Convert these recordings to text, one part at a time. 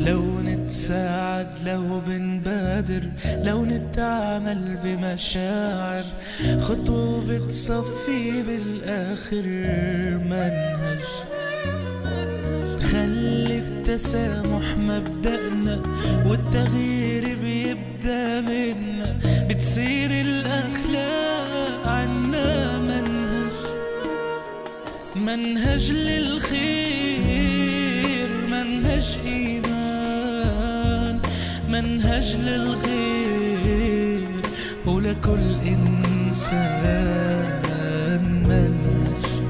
لو نتساعد، لو بنبادر، لو نتعامل بمشاعر، خطوة بتصفي بالآخر منهج. خلي التسامح مبدأنا والتغيير بيبدأ منا، بتصير الأخلاق عنا منهج للخير، منهج إيمان، منهج للغير ولكل إنسان منهج.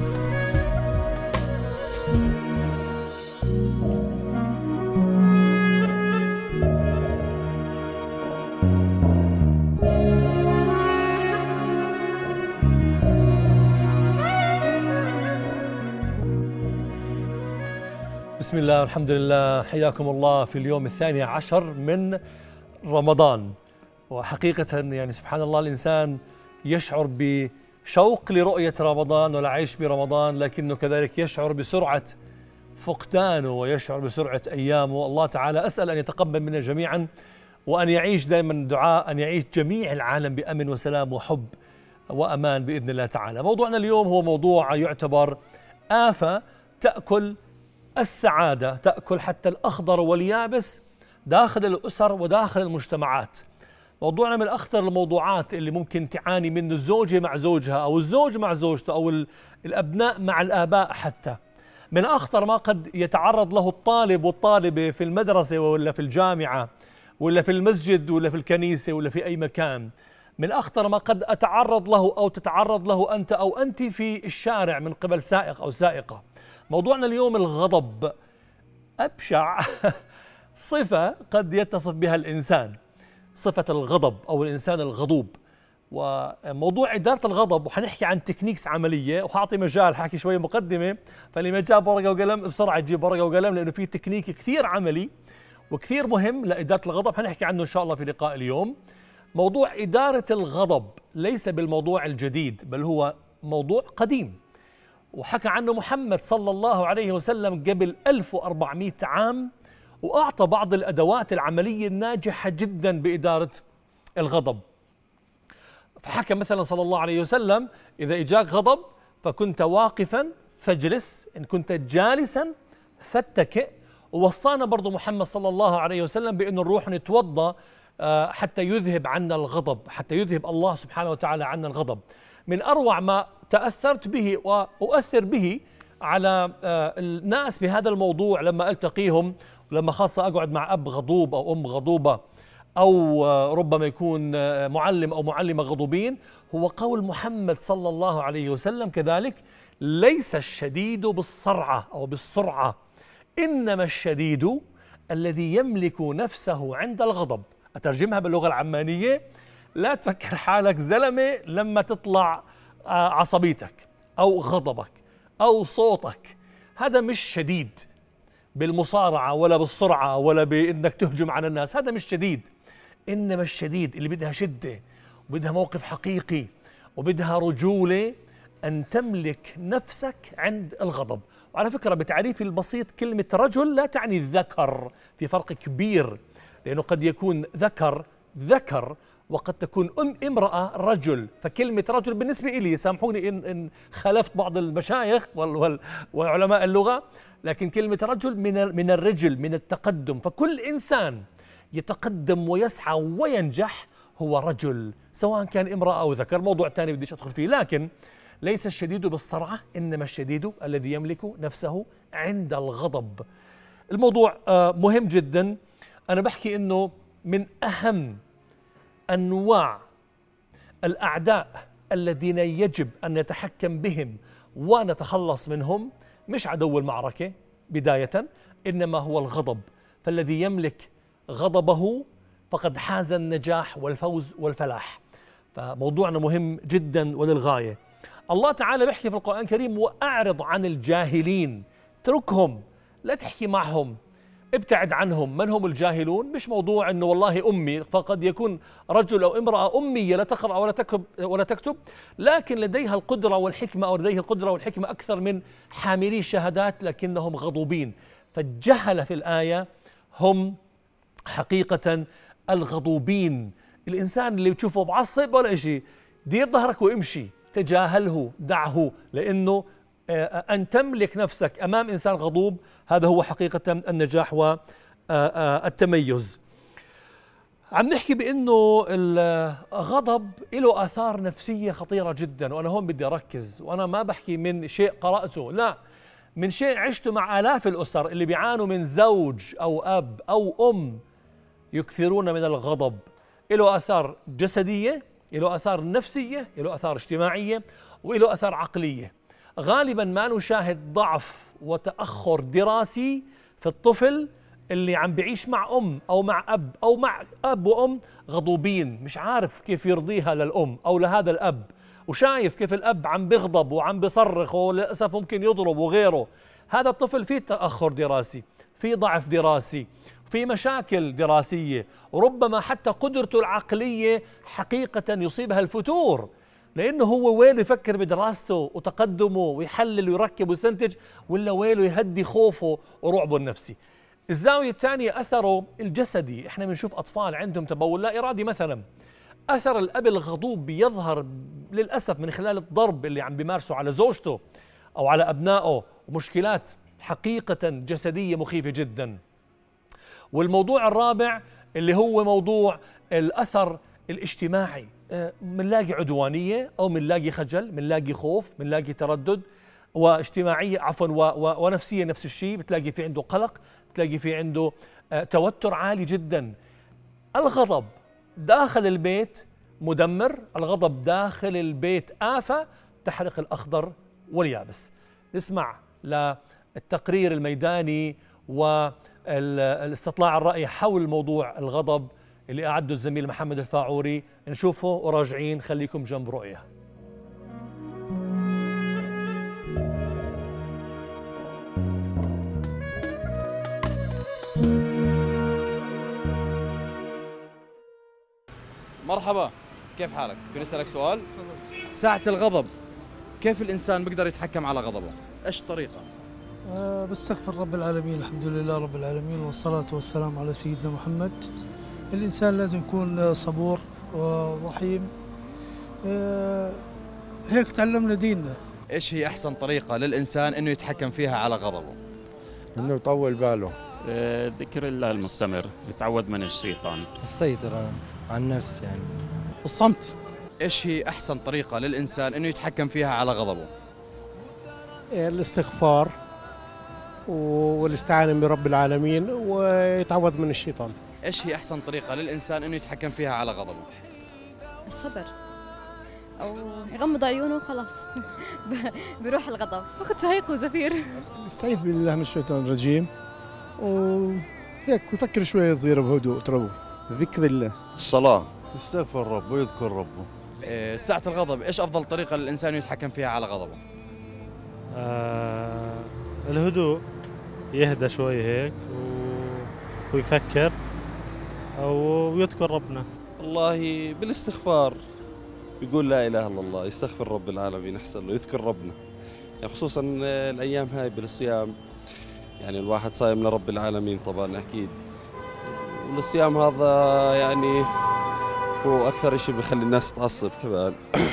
بسم الله والحمد لله، حياكم الله في اليوم 12 من رمضان. وحقيقة يعني سبحان الله، الإنسان يشعر بشوق لرؤية رمضان والعيش برمضان، لكنه كذلك يشعر بسرعة فقدانه ويشعر بسرعة أيامه. الله تعالى أسأل أن يتقبل منا جميعا، وأن يعيش دائما دعاء أن يعيش جميع العالم بأمن وسلام وحب وأمان بإذن الله تعالى. موضوعنا اليوم هو موضوع يعتبر آفة تأكل السعادة، تأكل حتى الأخضر واليابس داخل الأسر وداخل المجتمعات. موضوعنا من أخطر الموضوعات اللي ممكن تعاني منه الزوجة مع زوجها، أو الزوج مع زوجته، أو الأبناء مع الآباء. حتى من أخطر ما قد يتعرض له الطالب والطالبة في المدرسة ولا في الجامعة ولا في المسجد ولا في الكنيسة ولا في أي مكان. من أخطر ما قد أتعرض له أو تتعرض له أنت أو أنت في الشارع من قبل سائق أو سائقة. موضوعنا اليوم الغضب، أبشع صفة قد يتصف بها الإنسان، صفة الغضب أو الإنسان الغضوب. وموضوع إدارة الغضب، وحنحكي عن تكنيكس عملية، وحاعطي مجال حكي شوية مقدمة، فاللي ما جاب ورقة وقلم بسرعة تجيب ورقة وقلم، لأنه في تكنيك كثير عملي وكثير مهم لإدارة الغضب، حنحكي عنه إن شاء الله في لقاء اليوم. موضوع إدارة الغضب ليس بالموضوع الجديد، بل هو موضوع قديم، وحكى عنه محمد صلى الله عليه وسلم قبل 1400 عام، وأعطى بعض الأدوات العملية الناجحة جدا بإدارة الغضب. فحكى مثلا صلى الله عليه وسلم: إذا إجاك غضب فكنت واقفا فاجلس، إن كنت جالسا فاتكئ. ووصانا برضو محمد صلى الله عليه وسلم بأنه نروح نتوضأ حتى يذهب عنا الغضب، حتى يذهب الله سبحانه وتعالى عنا الغضب. من أروع ما تأثرت به وأؤثر به على الناس بهذا الموضوع لما ألتقيهم، ولما خاصة أقعد مع أب غضوب أو أم غضوبة، أو ربما يكون معلم أو معلمة غضوبين، هو قول محمد صلى الله عليه وسلم كذلك: ليس الشديد بالصرعة أو بالسرعة، إنما الشديد الذي يملك نفسه عند الغضب. أترجمها باللغة العمانية: لا تفكر حالك زلمة لما تطلع عصبيتك أو غضبك أو صوتك، هذا مش شديد بالمصارعة ولا بالسرعة ولا بإنك تهجم على الناس، هذا مش شديد. إنما الشديد اللي بدها شدة وبدها موقف حقيقي وبدها رجولة، أن تملك نفسك عند الغضب. وعلى فكرة بتعريفي البسيط، كلمة رجل لا تعني الذكر، في فرق كبير، لأنه قد يكون ذكر وقد تكون امرأة رجل. فكلمة رجل بالنسبة إلي، سامحوني إن خالفت بعض المشايخ وعلماء اللغة، لكن كلمة رجل من الرجل، من التقدم. فكل إنسان يتقدم ويسعى وينجح هو رجل، سواء كان امرأة أو ذكر. موضوع ثاني بديش أدخل فيه، لكن ليس الشديد بالسرعة، إنما الشديد الذي يملك نفسه عند الغضب. الموضوع مهم جدا. أنا بحكي إنه من أهم أنواع الأعداء الذين يجب أن نتحكم بهم ونتخلص منهم، مش عدو المعركة بداية، إنما هو الغضب. فالذي يملك غضبه فقد حاز النجاح والفوز والفلاح. فموضوعنا مهم جدا وللغاية. الله تعالى بيحكي في القرآن الكريم: وأعرض عن الجاهلين، اتركهم، لا تحكي معهم، ابتعد عنهم. من هم الجاهلون؟ مش موضوع انه والله امي، فقد يكون رجل او امراه اميه لا تقرا ولا تكتب، لكن لديها القدره والحكمه، او لديه القدره والحكمه اكثر من حاملي الشهادات، لكنهم غضوبين. فالجهل في الايه هم حقيقة الغضوبين. الإنسان اللي بتشوفه بعصب ولا شيء، دير ظهرك وامشي، تجاهله، دعه، لأنه أن تملك نفسك أمام إنسان غضوب هذا هو حقيقة النجاح والتميز. عم نحكي بأنه الغضب له آثار نفسية خطيرة جدا، وأنا هون بدي أركز، وأنا ما بحكي من شيء قرأته، لا، من شيء عشته مع آلاف الأسر اللي بيعانوا من زوج أو أب أو أم يكثرون من الغضب. له آثار جسدية، له آثار نفسية، له آثار اجتماعية، وله آثار عقلية. غالبا ما نشاهد ضعف وتأخر دراسي في الطفل اللي عم بيعيش مع أم أو مع أب أو مع أب وأم غضوبين، مش عارف كيف يرضيها للأم أو لهذا الأب، وشايف كيف الأب عم بيغضب وعم بيصرخ وللأسف ممكن يضرب وغيره. هذا الطفل فيه تأخر دراسي، فيه ضعف دراسي، في مشاكل دراسية، وربما حتى قدرته العقلية حقيقة يصيبها الفتور، لأنه هو ويله يفكر بدراسته وتقدمه ويحلل ويركب ويستنتج، ولا ويله يهدي خوفه ورعبه النفسي. الزاوية الثانية أثره الجسدي. احنا بنشوف أطفال عندهم تبول لا إرادي مثلا، أثر الأب الغضوب بيظهر للأسف من خلال الضرب اللي عم بيمارسه على زوجته أو على أبنائه، ومشكلات حقيقة جسدية مخيفة جدا. والموضوع الرابع اللي هو موضوع الأثر الاجتماعي، منلاقي عدوانية أو منلاقي خجل، منلاقي خوف، منلاقي تردد، واجتماعية عفوا ونفسية نفس الشيء، بتلاقي في عنده قلق، بتلاقي في عنده توتر عالي جدا. الغضب داخل البيت مدمر، الغضب داخل البيت آفة تحرق الأخضر واليابس. نسمع للتقرير الميداني والاستطلاع الرأي حول موضوع الغضب اللي أعده الزميل محمد الفاعوري، نشوفه وراجعين، خليكم جنب رؤية. مرحبا، كيف حالك؟ بدي أسألك سؤال. ساعة الغضب كيف الإنسان بيقدر يتحكم على غضبه؟ إيش الطريقة؟ بستغفر رب العالمين، الحمد لله رب العالمين، والصلاة والسلام على سيدنا محمد. الإنسان لازم يكون صبور ورحيم، هيك تعلمنا ديننا. إيش هي أحسن طريقة للإنسان إنه يتحكم فيها على غضبه؟ إنه يطول باله. ذكر الله المستمر، يتعوذ من الشيطان. السيطرة على النفس يعني. الصمت. إيش هي أحسن طريقة للإنسان إنه يتحكم فيها على غضبه؟ الاستغفار والاستعانة برب العالمين ويتعوذ من الشيطان. إيش هي أحسن طريقة للإنسان إنه يتحكم فيها على غضبه؟ الصبر، أو يغمض عيونه وخلاص بيروح الغضب. أخذ شهيق وزفير. استعيذ بالله من الشيطان الرجيم، وهيك يفكر شوية صغيرة بهدوء تروى. ذكر الله، الصلاة، يستغفر ربه ويذكر ربه. ساعة الغضب إيش أفضل طريقة للإنسان يتحكم فيها على غضبه؟ الهدوء، يهدى شوي هيك ويفكر أو يذكر ربنا. والله بالاستغفار، يقول لا إله إلا الله، يستغفر رب العالمين أحسن له، يذكر ربنا، يعني خصوصا الأيام هاي بالصيام، يعني الواحد صايم لرب العالمين طبعا أكيد، والصيام هذا يعني هو أكثر شيء بيخلي الناس تعصب كمان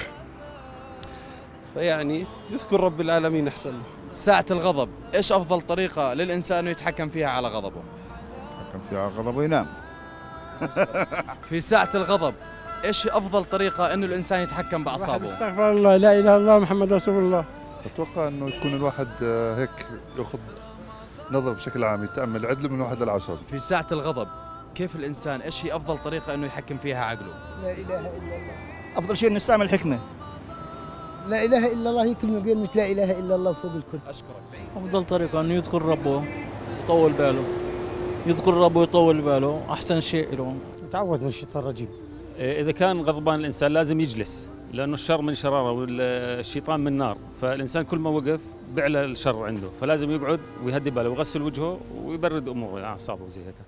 فيعني يذكر رب العالمين أحسن له. ساعة الغضب إيش أفضل طريقة للإنسان يتحكم فيها على غضبه؟ يتحكم فيها على غضبه ينام. في ساعة الغضب إيش أفضل طريقة إنه الإنسان يتحكم بأعصابه؟ استغفر الله، لا إله إلا الله، محمد رسول الله. أتوقع إنه يكون الواحد هيك يأخذ نظر بشكل عام، يتأمل عدل من 1 ل10. في ساعة الغضب كيف الإنسان إيش هي أفضل طريقة إنه يحكم فيها عقله؟ لا إله إلا الله. أفضل شيء نستعمل الحكمة. لا إله إلا الله هي كلمة بين لا إله إلا الله فوق الكل. أشكرك. أفضل طريقة إنه يذكر ربه يطول باله، يذكر ربه يطول باله، أحسن شيء له. يتعوذ من الشيطان الرجيم. إذا كان غضبان الإنسان لازم يجلس، لأنه الشر من شرارة والشيطان من نار، فالإنسان كل ما وقف بيعلى الشر عنده، فلازم يقعد ويهدي باله ويغسل وجهه ويبرد أموره أعصابه زي هيك.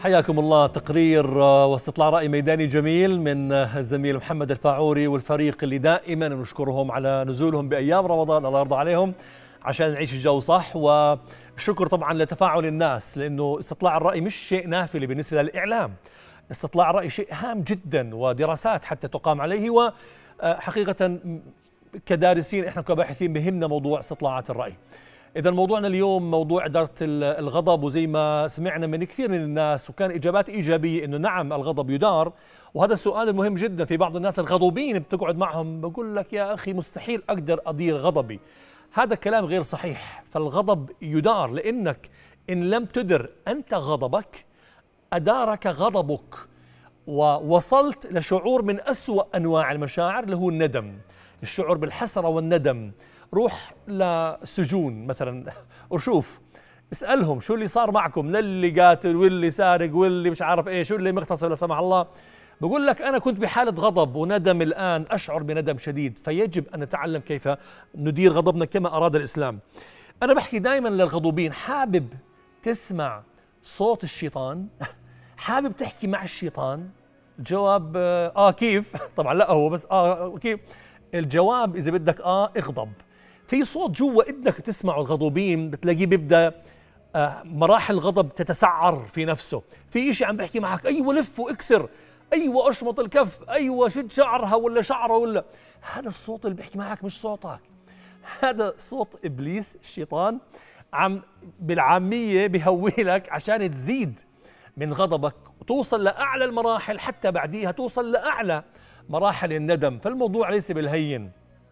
حياكم الله. تقرير واستطلاع رأي ميداني جميل من الزميل محمد الفاعوري والفريق اللي دائما نشكرهم على نزولهم بأيام رمضان، الله يرضى عليهم، عشان نعيش الجو صح. والشكر طبعا لتفاعل الناس، لأنه استطلاع الرأي مش شيء نافلي بالنسبة للإعلام. استطلاع الرأي شيء هام جدا، ودراسات حتى تقام عليه، وحقيقة كدارسين احنا كباحثين بهمنا موضوع استطلاعات الرأي. إذا موضوعنا اليوم موضوع إدارة الغضب، وزي ما سمعنا من كثير من الناس وكان إجابات إيجابية إنه نعم الغضب يدار. وهذا السؤال المهم جدا. في بعض الناس الغضوبين بتقعد معهم بقول لك يا أخي مستحيل أقدر أدير غضبي. هذا كلام غير صحيح. فالغضب يدار، لأنك إن لم تدر أنت غضبك أدارك غضبك، ووصلت لشعور من أسوأ أنواع المشاعر اللي هو الندم، الشعور بالحسرة والندم. روح لسجون مثلا وشوف، اسألهم شو اللي صار معكم، من اللي قاتل واللي سارق واللي مش عارف ايه، شو اللي مغتصب لا سمح الله. بقول لك أنا كنت بحالة غضب وندم، الآن أشعر بندم شديد. فيجب أن نتعلم كيف ندير غضبنا كما أراد الإسلام. أنا بحكي دائما للغضوبين، حابب تسمع صوت الشيطان؟ حابب تحكي مع الشيطان؟ الجواب كيف؟ طبعا لا هو بس كيف؟ الجواب إذا بدك اغضب. في صوت جوا إدك تسمعه. الغضوبين بتلاقيه بيبدأ مراحل الغضب تتسعر في نفسه. في إشي عم بحكي معك، أيوة لف واكسر، أيوة أشمط الكف، أيوة شد شعرها ولا شعره ولا. هذا الصوت اللي بحكي معك مش صوتك، هذا صوت إبليس الشيطان عم بالعامية بهوي لك عشان تزيد من غضبك وتوصل لأعلى المراحل، حتى بعديها توصل لأعلى مراحل الندم. فالموضوع ليس بالهين.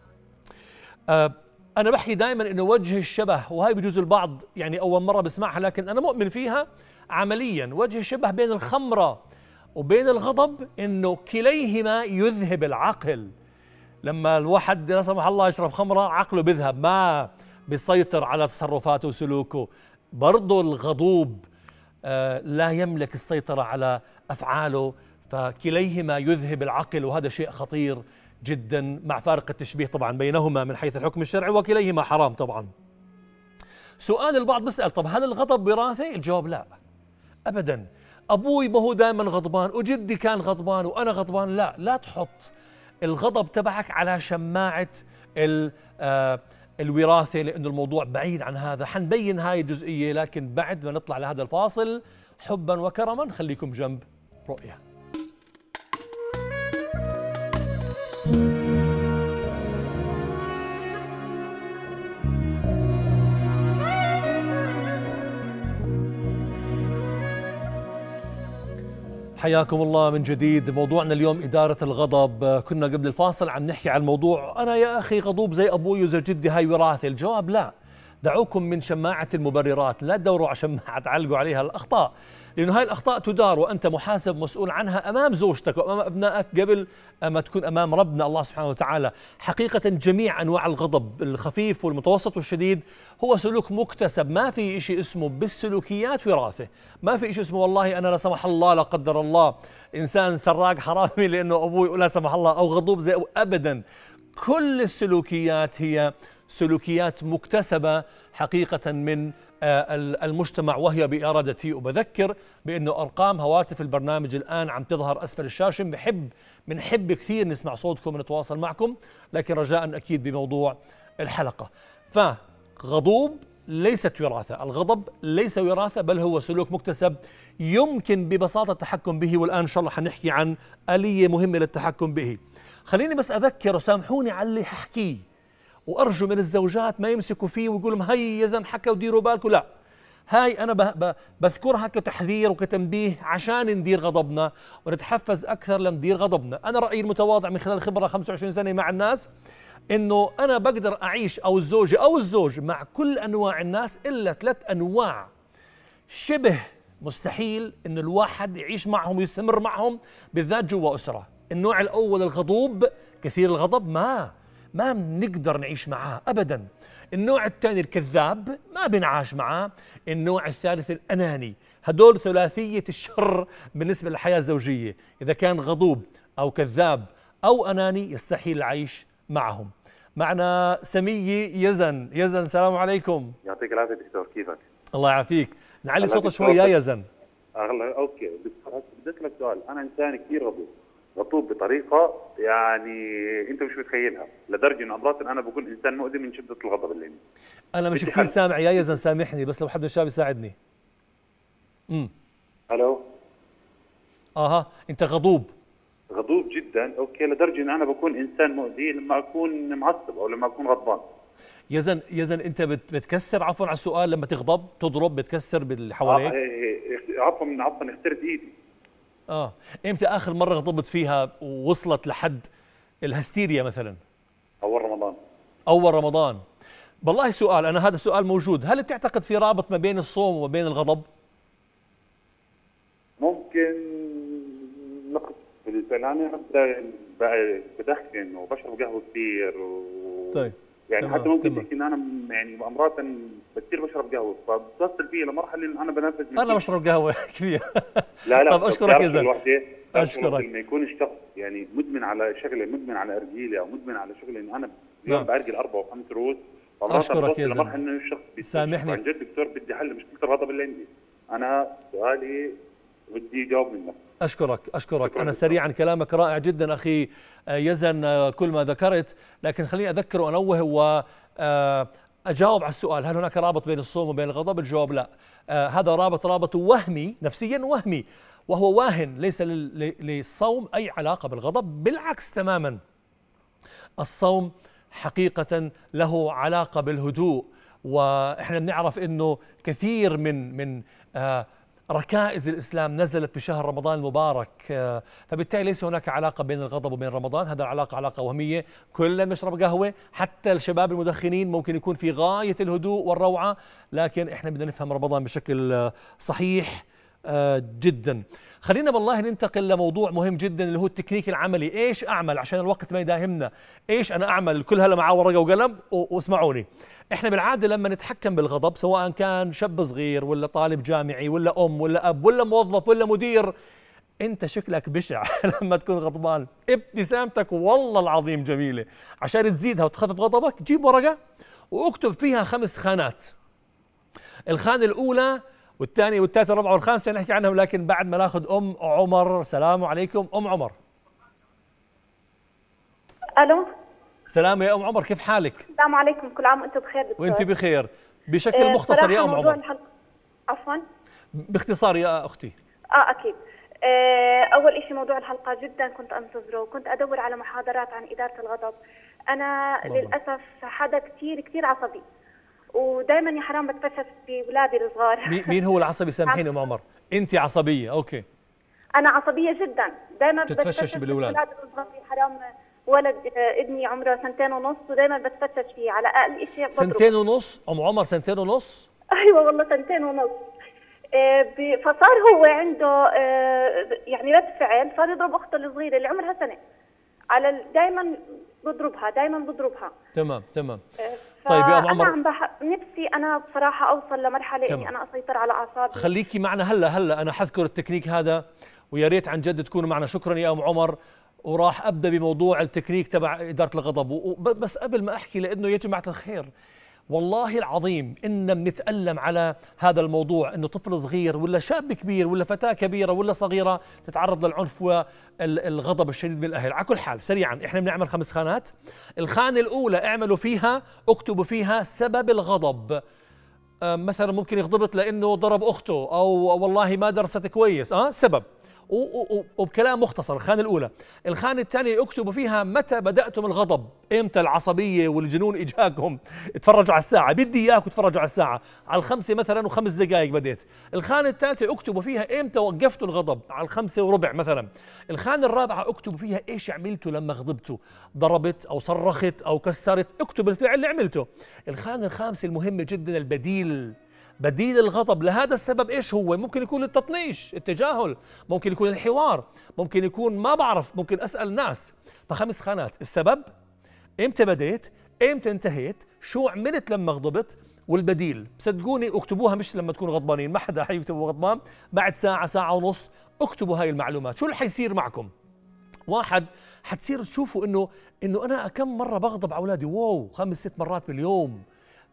أنا بحكي دائما إنه وجه الشبه، وهي بجوز البعض يعني أول مرة بسمعها لكن أنا مؤمن فيها عمليا. وجه الشبه بين الخمرة وبين الغضب إنه كليهما يذهب العقل. لما الواحد لا سمح الله يشرب خمرة عقله بيذهب، ما بيسيطر على تصرفاته وسلوكه. برضو الغضوب لا يملك السيطرة على أفعاله، فكليهما يذهب العقل، وهذا شيء خطير جدا، مع فارق التشبيه طبعا بينهما من حيث الحكم الشرعي، وكليهما حرام طبعا. سؤال البعض بيسأل، طب هل الغضب وراثي؟ الجواب لا أبدا. أبوي ما هو دائما غضبان، وجدي كان غضبان وأنا غضبان. لا تحط الغضب تبعك على شماعة الوراثة، لأنه الموضوع بعيد عن هذا. حنبين هاي الجزئية لكن بعد ما نطلع لهذا الفاصل. حبا وكرما خليكم جنب رؤية. حياكم الله من جديد. موضوعنا اليوم إدارة الغضب. كنا قبل الفاصل عم نحكي عن الموضوع، أنا يا أخي غضوب زي أبوي وزي جدي، هاي وراثة. الجواب لا. دعوكم من شماعة المبررات، لا تدوروا على شماعة تعلقوا عليها الأخطاء، لأنه هاي الأخطاء تدار وأنت محاسب مسؤول عنها أمام زوجتك وأمام أبنائك قبل ما تكون أمام ربنا الله سبحانه وتعالى. حقيقة جميع أنواع الغضب، الخفيف والمتوسط والشديد، هو سلوك مكتسب. ما في شيء اسمه بالسلوكيات وراثة، ما في شيء اسمه والله أنا لا سمح الله لا قدر الله إنسان سراق حرامي لأنه أبوي لا سمح الله، أو غضوب زي أبدا. كل السلوكيات هي سلوكيات مكتسبة حقيقة من المجتمع وهي بإرادتي. وبذكر بأنه أرقام هواتف البرنامج الآن عم تظهر أسفل الشاشة. بنحب كثير نسمع صوتكم ونتواصل معكم، لكن رجاء أكيد بموضوع الحلقة. فغضوب ليست وراثة، الغضب ليس وراثة بل هو سلوك مكتسب يمكن ببساطة التحكم به، والآن إن شاء الله حنحكي عن آلية مهمة للتحكم به. خليني بس أذكر وسامحوني على اللي ححكيه، وأرجو من الزوجات ما يمسكوا فيه ويقولوا هي يزن حكى وديروا بالكم. لا، هاي أنا بذكرها كتحذير وكتنبيه عشان ندير غضبنا ونتحفز أكثر لندير غضبنا. أنا رأيي المتواضع من خلال خبرة 25 سنة مع الناس إنه أنا بقدر أعيش أو الزوجة أو الزوج مع كل أنواع الناس إلا 3 أنواع شبه مستحيل إنه الواحد يعيش معهم ويستمر معهم، بالذات جوا أسرة. النوع الأول الغضوب كثير الغضب، ما بنقدر نعيش معاه أبدا. النوع الثاني الكذاب، ما بنعاش معاه. النوع الثالث الأناني. هدول ثلاثية الشر بالنسبة للحياة الزوجية. إذا كان غضوب أو كذاب أو أناني يستحيل العيش معهم. معنا سمية يزن. السلام عليكم. يعطيك العافية دكتور، كيفك؟ الله يعافيك. نعلي صوتك شوي يا يزن. اوكي دكتور، هسه بدي اسالك سؤال. انا انسان كثير غضوب بطريقه يعني انت مش متخيلها، لدرجه انه امرات انا بكون انسان مؤذي من شده الغضب اللي عندي. انا مش كثير سامع يا يزن، سامحني بس لو حد من الشباب يساعدني. الو. انت غضوب جدا، اوكي، لدرجه ان انا بكون انسان مؤذي لما اكون معصب او لما اكون غضبان. يزن انت بتكسر، عفوا على السؤال، لما تغضب تضرب، بتكسر باللي حواليك؟ عفوا اخترت ايدي. امتى اخر مره غضبت فيها ووصلت لحد الهستيريا مثلا؟ اول رمضان. بالله سؤال، انا هذا السؤال موجود، هل بتعتقد في رابط ما بين الصوم وما بين الغضب؟ ممكن انا بدخن وبشرب قهوه كثير طيب يعني حتى ممكن تحكي ان انا يعني امرات كثير بشرب قهوه، فبتصل فيه لمرحله ان انا بنفذ. انا بشرب قهوه كثير. لا طب اشكرك يا زلمه. اشكرك. لما يكون الشخص يعني مدمن على شغله، مدمن على ارجيله او مدمن على شغله، ان انا اليوم بارجل 4 و5 روز. اشكرك يا زلمه. انه الشخص سامحني عن جد دكتور، بدي حل مشكله الغضب اللي عندي. انا سؤالي بدي جواب منك. أشكرك. أنا سريعا، كلامك رائع جدا أخي يزن كل ما ذكرت، لكن خليني أذكر وأنوه وأجاوب على السؤال، هل هناك رابط بين الصوم وبين الغضب؟ الجواب لا. هذا رابط وهمي، نفسيا وهمي، وهو واهن، ليس للصوم أي علاقة بالغضب، بالعكس تماما. الصوم حقيقة له علاقة بالهدوء، وإحنا بنعرف أنه كثير من ركائز الإسلام نزلت بشهر رمضان المبارك، فبالتالي ليس هناك علاقة بين الغضب وبين رمضان، هذا العلاقة علاقة وهمية. كلنا بنشرب قهوة، حتى الشباب المدخنين ممكن يكون في غاية الهدوء والروعة، لكن إحنا بدنا نفهم رمضان بشكل صحيح جدا. خلينا والله ننتقل لموضوع مهم جدا اللي هو التكنيك العملي. ايش اعمل عشان الوقت ما يداهمنا؟ ايش انا اعمل؟ الكل هلا معاه ورقه وقلم واسمعوني. احنا بالعاده لما نتحكم بالغضب، سواء كان شاب صغير ولا طالب جامعي ولا ام ولا اب ولا موظف ولا مدير، انت شكلك بشع لما تكون غضبان. ابتسامتك والله العظيم جميله. عشان تزيدها وتخفف غضبك، جيب ورقه واكتب فيها 5 خانات. الخانه الاولى والثانية والثالثة والرابعة والخامسة نحكي عنهم، لكن بعد ما ناخذ أم عمر. السلام عليكم أم عمر. ألو. سلام يا أم عمر، كيف حالك؟ السلام عليكم، كل عام وأنتم بخير دكتور. وأنت بخير. بشكل مختصر يا أم عمر. عفوا. باختصار يا أختي. أكيد. أول شيء موضوع الحلقة جدا كنت أنتظره، وكنت أدور على محاضرات عن إدارة الغضب. أنا للأسف حدا كثير عصبي، ودائما يا حرام بتفشش باولادي الصغار. مين هو العصبي؟ سامحيني ام عمر. انت عصبيه؟ اوكي. انا عصبيه جدا، دائما بتتفشش بالاولاد. باولادي الصغار يا حرام. ولد ابني عمره 2 ونص ودائما بتفتش فيه على اقل شيء. 2 ونص ام عمر؟ 2 ونص؟ ايوه والله 2 ونص. فصار هو عنده يعني رد فعل، صار يضرب اخته الصغيره اللي عمرها 1 على دائما بضربها. تمام. طيب يا ام عمر، أنا نفسي أنا بصراحة أوصل لمرحلة إني أنا أسيطر على أعصابي. خليكي معنا هلا أنا حذكر التكنيك هذا، ويا ريت عن جد تكونوا معنا. شكرا يا أم عمر، وراح أبدأ بموضوع التكنيك تبع إدارة الغضب. بس قبل ما أحكي، لأنه يا جماعة الخير والله العظيم إننا بنتألم على هذا الموضوع، إنه طفل صغير ولا شاب كبير ولا فتاة كبيرة ولا صغيرة تتعرض للعنف والغضب الشديد من الأهل. على كل حال سريعا، إحنا بنعمل 5 خانات. الخانة الأولى اعملوا فيها، اكتبوا فيها سبب الغضب. مثلا ممكن يغضبت لأنه ضرب أخته، أو والله ما درست كويس، سبب، وبكلام مختصر. الخانة الأولى. الخانة الثانية اكتبوا فيها متى بدأتم الغضب، امتى العصبية والجنون اجاكم. اتفرجوا على الساعة، بدي اياكم تتفرجوا على الساعة، على 5 مثلا و5 دقائق بديت. الخانة الثالثة اكتبوا فيها امتى وقفتوا الغضب، على 5 وربع مثلا. الخانة الرابعة اكتبوا فيها ايش عملتوا لما غضبتوا، ضربت او صرخت او كسرت، اكتب الفعل اللي عملته. الخانة الخامسة المهمة جدا، بديل الغضب لهذا السبب. ايش هو؟ ممكن يكون التطنيش، التجاهل، ممكن يكون الحوار، ممكن يكون ما بعرف، ممكن اسال ناس. ف5 خانات: السبب، امتى بديت، امتى انتهيت، شو عملت لما غضبت، والبديل. صدقوني اكتبوها، مش لما تكونوا غضبانين، ما حدا حيكتبوا غضبان. بعد ساعه، ساعه ونص اكتبوا هاي المعلومات. شو اللي حيصير معكم؟ 1، حتصير تشوفوا انه انا كم مره بغضب على اولادي، 5 6 مرات باليوم.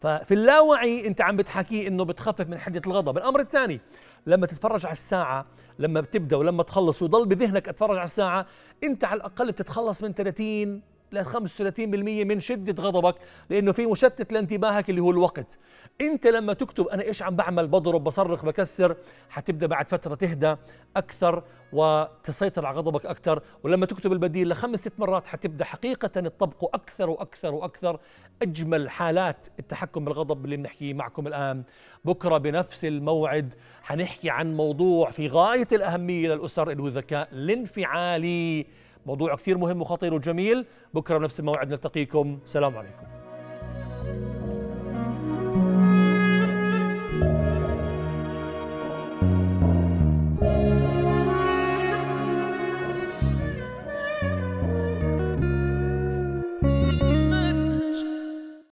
ففي اللاوعي انت عم بتحكيه انه بتخفف من حده الغضب. الامر الثاني، لما تتفرج على الساعه، لما بتبدا ولما تخلص ويضل بذهنك اتفرج على الساعه، انت على الاقل بتتخلص من 30 ل 35% من شده غضبك، لانه في مشتت لانتباهك اللي هو الوقت. انت لما تكتب انا ايش عم بعمل، بضرب، بصرخ، بكسر، حتبدا بعد فتره تهدى اكثر وتسيطر على غضبك اكثر. ولما تكتب البديل ل5 6 مرات حتبدا حقيقه تطبقه اكثر واكثر واكثر. اجمل حالات التحكم بالغضب اللي بنحكي معكم الان. بكره بنفس الموعد حنحكي عن موضوع في غايه الاهميه للاسر اللي هو الذكاء الانفعالي. موضوع كثير مهم وخطير وجميل. بكره بنفس الموعد نلتقيكم. سلام عليكم.